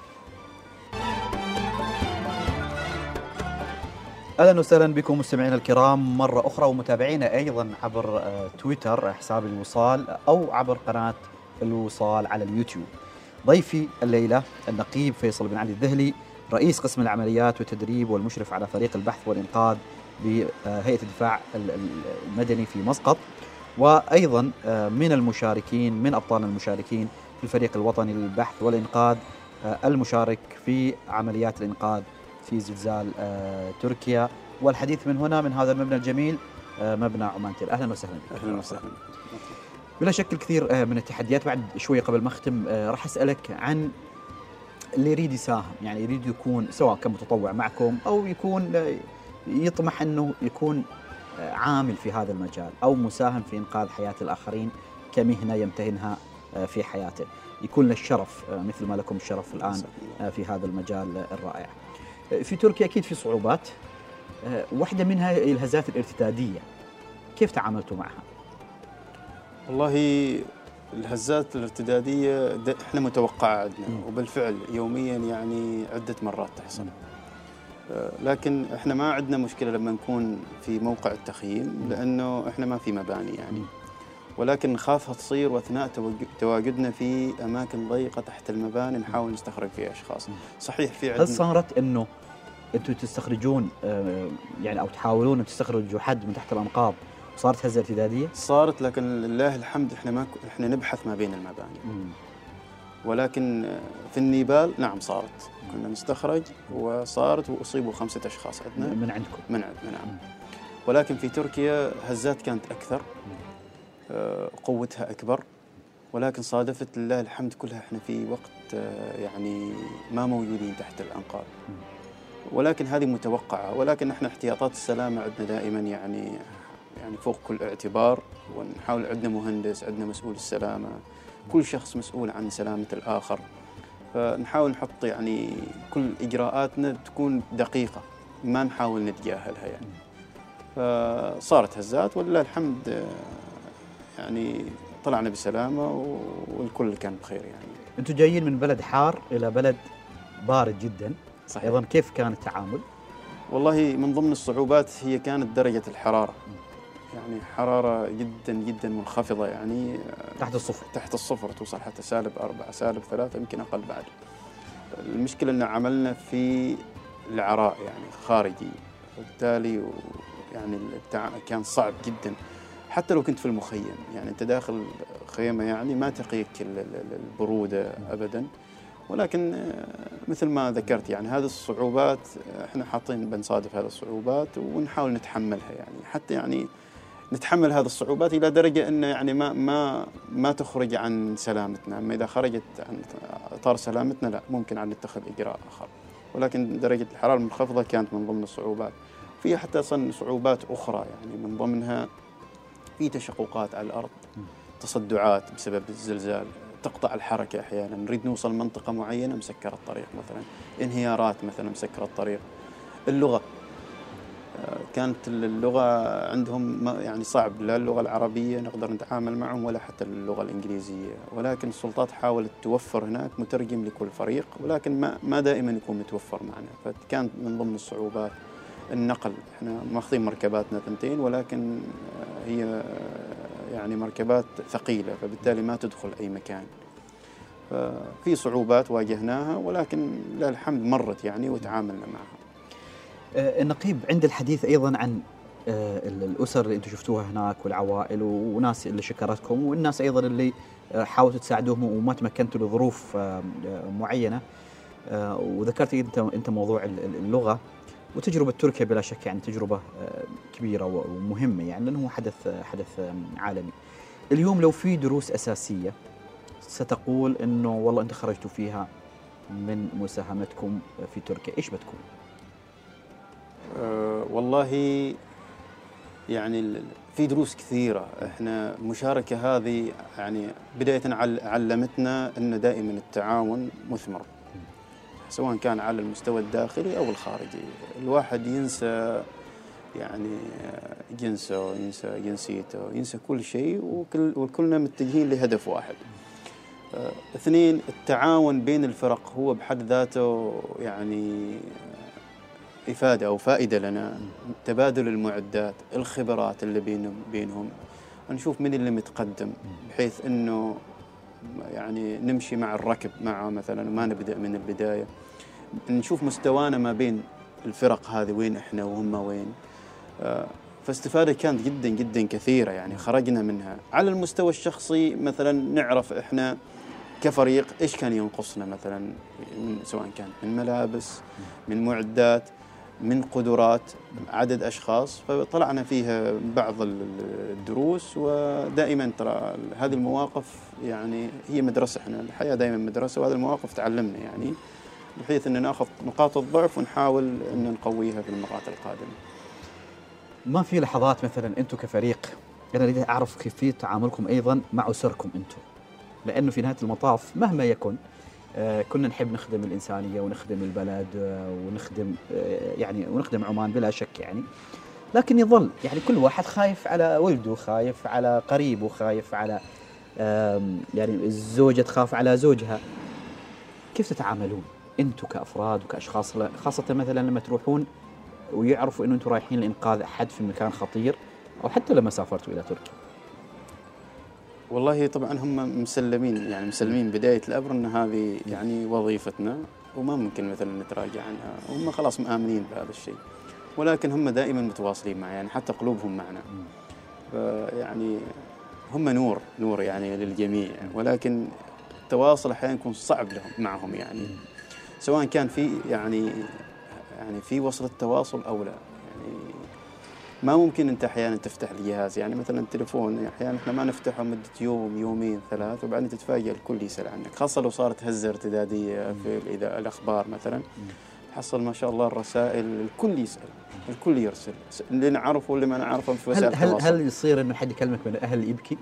أهلا وسهلا بكم مستمعينا الكرام مرة أخرى، ومتابعينا أيضا عبر تويتر حساب الوصال أو عبر قناة الوصال على اليوتيوب. ضيفي الليلة النقيب فيصل بن علي الذهلي، رئيس قسم العمليات والتدريب والمشرف على فريق البحث والإنقاذ بهيئة الدفاع المدني في مسقط، وأيضا من المشاركين، من أبطال المشاركين في الفريق الوطني للبحث والإنقاذ المشارك في عمليات الإنقاذ في زلزال تركيا. والحديث من هنا من هذا المبنى الجميل، مبنى عمان تيل. أهلا وسهلا بك. أهلا وسهلا. بلا شك الكثير من التحديات. بعد شوية قبل ما أختم راح أسألك عن اللي يريد يساهم، يعني يريد يكون سواء كمتطوع معكم أو يكون يطمح أنه يكون عامل في هذا المجال أو مساهم في إنقاذ حياة الآخرين كمهنة يمتهنها في حياته، يكون له الشرف مثل ما لكم الشرف الآن في هذا المجال الرائع. في تركيا أكيد في صعوبات، واحدة منها الهزات الارتدادية، كيف تعاملتوا معها؟ والله الهزات الارتدادية احنا متوقعة عندنا، وبالفعل يوميا يعني عدة مرات تحصل. لكن احنا ما عندنا مشكلة لما نكون في موقع التخييم، لأنه احنا ما في مباني يعني، ولكن نخافها تصير واثناء تواجدنا في اماكن ضيقه تحت المباني نحاول نستخرج فيها اشخاص. صحيح في عندنا. هل صارت انه انتم تستخرجون يعني او تحاولون ان تستخرجوا حد من تحت الانقاض وصارت هزه ارتداديه؟ صارت، لكن لله الحمد احنا نبحث ما بين المباني. ولكن في النيبال نعم صارت، كنا نستخرج وصارت واصيبوا 5 أشخاص عندنا من عندكم. من عندنا نعم. ولكن في تركيا هزات كانت اكثر، قوتها أكبر، ولكن صادفت لله الحمد كلها احنا في وقت يعني ما موجودين تحت الأنقاض، ولكن هذه متوقعة. ولكن احنا احتياطات السلامة عندنا دائما يعني فوق كل اعتبار، ونحاول عندنا مهندس، عندنا مسؤول السلامة، كل شخص مسؤول عن سلامة الآخر، فنحاول نحط يعني كل إجراءاتنا تكون دقيقة، ما نحاول نتجاهلها يعني. فصارت هزات ولله الحمد يعني طلعنا بسلامة والكل كان بخير يعني. أنتم جايين من بلد حار إلى بلد بارد جدا. صحيح. أيضا كيف كان التعامل؟ والله من ضمن الصعوبات هي كانت درجة الحرارة، يعني حرارة جدا جدا منخفضة، يعني تحت الصفر توصل حتى -4 -3 يمكن أقل بعد. المشكلة أن عملنا في العراء يعني خارجي، وبالتالي يعني كان صعب جدا. حتى لو كنت في المخيم يعني أنت داخل خيمة يعني ما تقيك البرودة أبدا، ولكن مثل ما ذكرت يعني هذه الصعوبات احنا حاطين بنصادف هذه الصعوبات ونحاول نتحملها، يعني حتى يعني نتحمل هذه الصعوبات إلى درجة أنه يعني ما تخرج عن سلامتنا. أما إذا خرجت عن إطار سلامتنا لا، ممكن عن نتخذ إجراء آخر. ولكن درجة الحرارة المنخفضة كانت من ضمن الصعوبات. في حتى أصلا صعوبات أخرى يعني من ضمنها في تشققات على الأرض، تصدعات بسبب الزلزال، تقطع الحركة أحيانا، نريد نوصل منطقة معينة مسكر الطريق مثلا، انهيارات مثلا مسكر الطريق. اللغة كانت اللغة عندهم يعني صعب، لا اللغة العربية نقدر نتعامل معهم ولا حتى اللغة الإنجليزية، ولكن السلطات حاولت توفر هناك مترجم لكل فريق، ولكن ما دائما يكون متوفر معنا، فكانت من ضمن الصعوبات. النقل احنا ماخذين مركباتنا 2، ولكن هي يعني مركبات ثقيلة، فبالتالي ما تدخل أي مكان. ففي صعوبات واجهناها، ولكن لا الحمد مرت يعني وتعاملنا معها. النقيب، عند الحديث أيضا عن الأسر اللي أنتم شفتوها هناك والعوائل وناس اللي شكرتكم، والناس أيضا اللي حاولتوا تساعدوهم وما تمكنتوا لظروف معينة، وذكرت أنت موضوع اللغة وتجربة تركيا بلا شك يعني تجربة كبيرة ومهمة، يعني لأنه حدث عالمي. اليوم لو في دروس أساسية ستقول أنه والله أنت خرجتوا فيها من مساهمتكم في تركيا، إيش بتكون؟ والله يعني في دروس كثيرة. احنا المشاركة هذه يعني بداية علمتنا أن دائما التعاون مثمر، سواء كان على المستوى الداخلي أو الخارجي. الواحد ينسى يعني جنسه، ينسى جنسيته، ينسى كل شيء، وكلنا متجهين لهدف واحد. 2 التعاون بين الفرق هو بحد ذاته يعني إفادة أو فائدة لنا، تبادل المعدات، الخبرات اللي بينهم، نشوف من اللي متقدم، بحيث أنه يعني نمشي مع الركب معه مثلا، ما نبدأ من البداية، نشوف مستوانا ما بين الفرق هذه وين إحنا وهم وين. فاستفادة كانت جدا جدا كثيرة، يعني خرجنا منها. على المستوى الشخصي مثلا نعرف إحنا كفريق إيش كان ينقصنا مثلا، سواء كان من ملابس، من معدات، من قدرات، عدد أشخاص، فطلعنا فيها بعض الدروس. ودائما ترى هذه المواقف يعني هي مدرسة، احنا الحياة دائما مدرسة، وهذه المواقف تعلمنا يعني، بحيث أن نأخذ نقاط الضعف ونحاول أن نقويها في المرات القادمة. ما في لحظات مثلا أنتم كفريق، أنا أريد أعرف كيفية تعاملكم أيضا مع أسركم أنتم، لأنه في نهاية المطاف مهما يكن كنا نحب نخدم الإنسانية ونخدم البلد ونخدم يعني ونخدم عمان بلا شك يعني، لكن يظل يعني كل واحد خايف على ولده، خايف على قريبه، خايف على يعني الزوجة تخاف على زوجها. كيف تتعاملون أنتم كأفراد وكأشخاص، خاصة مثلا لما تروحون ويعرفوا أنه أنتم رايحين لإنقاذ أحد في مكان خطير، أو حتى لما سافرتوا إلى تركيا؟ والله طبعا هم مسلمين بداية الأمر أن هذه يعني وظيفتنا، وما ممكن مثلا نتراجع عنها، وهم خلاص مآمنين بهذا الشيء، ولكن هم دائما متواصلين معنا، يعني حتى قلوبهم معنا. يعني هم نور يعني للجميع، ولكن التواصل أحيانا يكون صعب لهم معهم، يعني سواء كان في يعني في وصل التواصل أو لا. يعني ما ممكن أنت أحيانا تفتح الجهاز، يعني مثلا التليفون أحيانا إحنا ما نفتحه مدة يوم يومين ثلاث، وبعدين تتفاجأ الكل يسأل عنك، خاصة لو صارت هزة ارتدادية في إذا الأخبار مثلا، حصل ما شاء الله الرسائل الكل يسأل، الكل يرسل، اللي نعرفه واللي ما نعرفه في وسائل التواصل. هل يصير إنه حد يكلمك من الأهل يبكي؟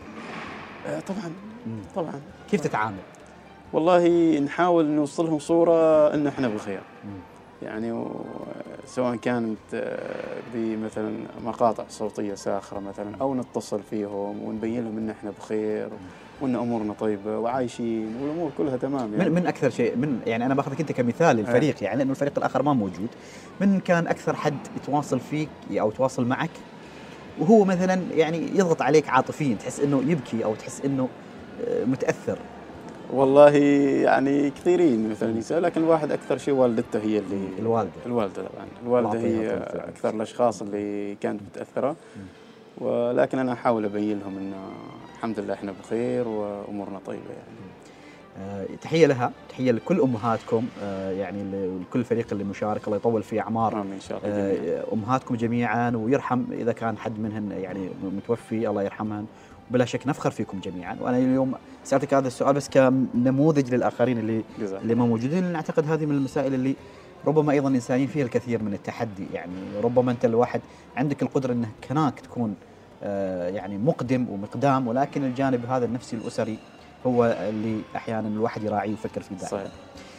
طبعا. كيف تتعامل؟ والله نحاول نوصلهم صورة إنه إحنا بخير، يعني سواء كانت بمثلا مقاطع صوتية ساخرة مثلا، أو نتصل فيهم ونبين لهم إن إحنا بخير وإن أمورنا طيبة وعايشين والأمور كلها تمام. يعني من أكثر شيء يعني أنا باخذك أنت كمثال للفريق، يعني لأنه الفريق الآخر ما موجود، من كان أكثر حد يتواصل فيك أو يتواصل معك وهو مثلا يعني يضغط عليك عاطفيا، تحس إنه يبكي أو تحس إنه متأثر؟ والله يعني كثيرين مثلا يسأل، لكن الواحد أكثر شيء والدته هي اللي الوالدة طبعا، الوالدة هي أكثر الأشخاص اللي كانت متأثرة. ولكن أنا أحاول أبين لهم إنه الحمد لله إحنا بخير وأمورنا طيبة يعني. تحية لها، تحية لكل أمهاتكم، يعني لكل الفريق اللي مشارك، الله يطول في أعمار إن شاء الله أمهاتكم جميعا، ويرحم إذا كان حد منهن يعني متوفي، الله يرحمهن. بلا شك نفخر فيكم جميعا. وأنا اليوم سألتك هذا السؤال بس كنموذج للآخرين اللي ما موجودين، لأن أعتقد هذه من المسائل اللي ربما أيضا الإنسانيين فيها الكثير من التحدي. يعني ربما أنت الواحد عندك القدرة أنك كناك تكون يعني مقدم ومقدام، ولكن الجانب هذا النفسي الأسري هو اللي أحيانا الواحد يراعيه ويفكر فيه دائما. صحيح.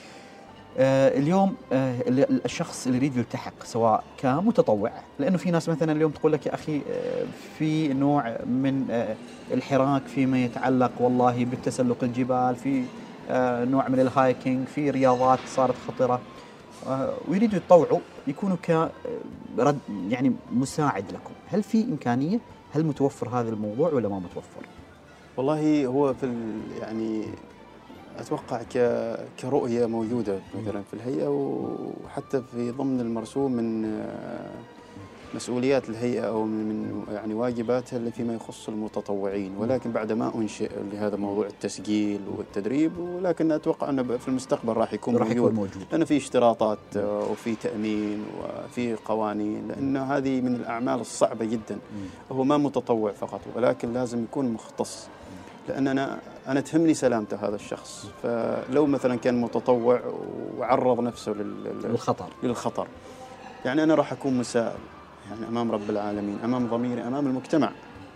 اليوم الشخص اللي يريد يلتحق سواء كمتطوع، لأنه في ناس مثلا اليوم تقول لك يا أخي في نوع من الحراك فيما يتعلق والله بالتسلق الجبال، في نوع من الهايكينج، في رياضات صارت خطرة، ويريدوا يتطوعوا يكونوا كرد يعني مساعد لكم. هل في إمكانية؟ هل متوفر هذا الموضوع ولا ما متوفر؟ والله هو في يعني أتوقع كرؤية موجودة مثلا في الهيئة، وحتى في ضمن المرسوم من مسؤوليات الهيئة أو من يعني واجباتها اللي فيما يخص المتطوعين، ولكن بعد ما أنشئ لهذا موضوع التسجيل والتدريب، ولكن أتوقع أنه في المستقبل راح يكون موجود، لأنه في اشتراطات وفي تأمين وفي قوانين، لأنه هذه من الأعمال الصعبة جدا. هو ما متطوع فقط، ولكن لازم يكون مختص، لأن أنا تهمني سلامته هذا الشخص. فلو مثلا كان متطوع وعرض نفسه للخطر، يعني أنا راح أكون مسائل يعني أمام رب العالمين، أمام ضميري، أمام المجتمع.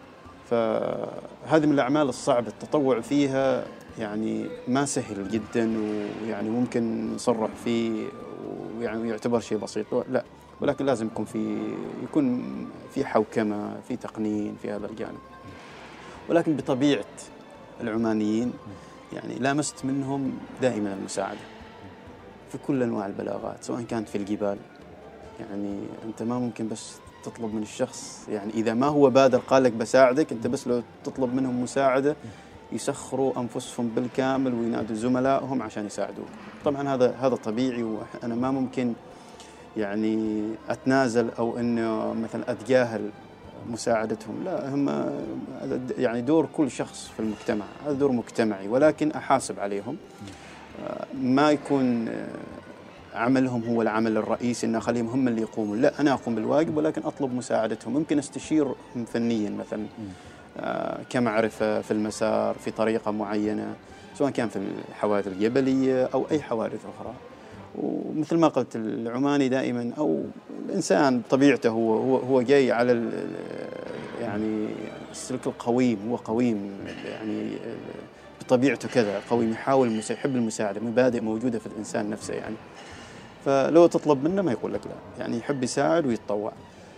فهذه من الأعمال الصعبة، التطوع فيها يعني ما سهل جدا، ويعني ممكن نصرح فيه ويعني يعتبر شيء بسيط، لا، ولكن لازم يكون في حوكمة، في تقنين في هذا الجانب. ولكن بطبيعة العمانيين يعني لامست منهم دائما المساعدة في كل أنواع البلاغات، سواء كانت في الجبال. يعني أنت ما ممكن بس تطلب من الشخص، يعني إذا ما هو بادر قال لك بساعدك، أنت بس لو تطلب منهم مساعدة يسخروا أنفسهم بالكامل وينادوا زملائهم عشان يساعدوك. طبعا هذا طبيعي، وأنا ما ممكن يعني أتنازل أو إنه مثلا أتجاهل مساعدتهم، لا، هم يعني دور كل شخص في المجتمع، هذا دور مجتمعي، ولكن أحاسب عليهم. ما يكون عملهم هو العمل الرئيسي إن أخليهم هم اللي يقوموا، لا، أنا أقوم بالواجب ولكن أطلب مساعدتهم. ممكن استشيرهم فنيا مثلا كمعرفة في المسار في طريقة معينة، سواء كان في الحوادث الجبلية أو أي حوادث أخرى. ومثل ما قلت العماني دائما أو الإنسان بطبيعته هو جاي على يعني السلك القويم، هو قويم يعني بطبيعته كذا قويم، يحاول يحب المساعدة، مبادئ موجودة في الإنسان نفسه يعني. فلو تطلب منه ما يقول لك لا، يعني يحب يساعد ويتطوع.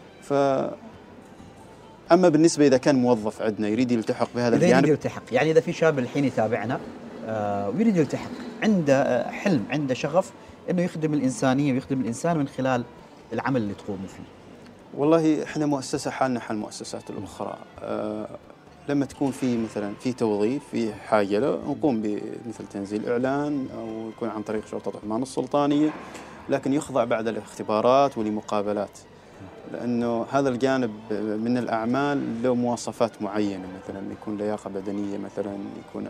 أما بالنسبة إذا كان موظف عندنا يريد يلتحق بهذا الجانب، يريد يلتحق، يعني إذا في شاب الحين يتابعنا ويريد يلتحق، عنده حلم، عنده شغف إنه يخدم الإنسانية ويخدم الإنسان من خلال العمل اللي تقوموا فيه. والله إحنا مؤسسة حالنا حال المؤسسات الأخرى. لما تكون في مثلا في توظيف في حاجة له، نقوم بمثل تنزيل إعلان أو يكون عن طريق شرطة عمان السلطانية، لكن يخضع بعد الاختبارات والمقابلات، لأنه هذا الجانب من الأعمال له مواصفات معينة، مثلا يكون لياقة بدنية، مثلا يكون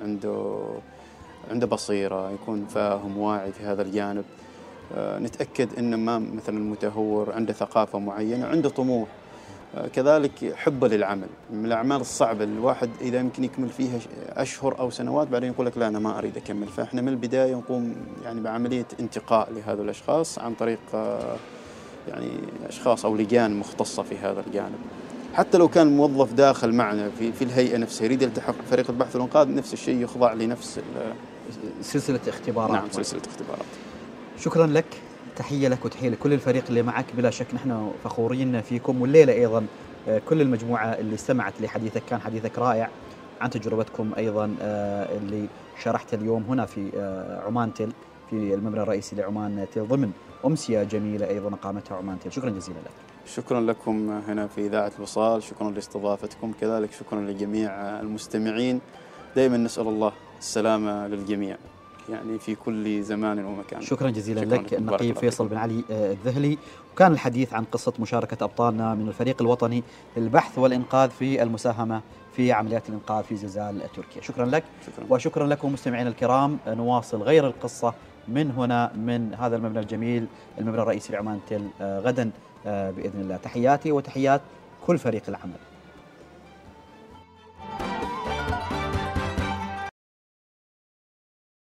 عنده بصيرة، يكون فاهم واعي في هذا الجانب. نتأكد أن ما مثلا المتهور عنده ثقافة معينة، عنده طموح، كذلك حبه للعمل. من الأعمال الصعبة الواحد إذا يمكن يكمل فيها أشهر أو سنوات بعدين يقول لك لا أنا ما أريد أكمل. فإحنا من البداية نقوم يعني بعملية انتقاء لهذول الأشخاص عن طريق يعني أشخاص أو لجان مختصة في هذا الجانب. حتى لو كان موظف داخل معنا في الهيئة نفسها يريد يلتحق فريق البحث والإنقاذ، نفس الشيء يخضع لنفس سلسلة اختبارات. نعم، سلسلة اختبارات. شكرا لك، تحية لك وتحية لكل الفريق اللي معك، بلا شك نحن فخورين فيكم، والليلة أيضا كل المجموعة اللي استمعت لحديثك، كان حديثك رائع عن تجربتكم أيضا اللي شرحت اليوم هنا في عمان تل، في المبنى الرئيسي لعمان تل، ضمن أمسية جميلة أيضا قامتها عمان تل. شكرا جزيلا لك. شكرا لكم هنا في إذاعة الوصال، شكرا لاستضافتكم، كذلك شكرا لجميع المستمعين. دائما نسأل الله السلامة للجميع يعني في كل زمان ومكان. شكرا جزيلا لك النقيب فيصل بن علي الذهلي. وكان الحديث عن قصة مشاركة أبطالنا من الفريق الوطني للبحث والإنقاذ في المساهمة في عمليات الإنقاذ في زلزال تركيا. شكرا لك. وشكرا لكم مستمعينا الكرام. نواصل غير القصة من هنا، من هذا المبنى الجميل، المبنى الرئيسي لعمان تل، غدا بإذن الله. تحياتي وتحيات كل فريق العمل.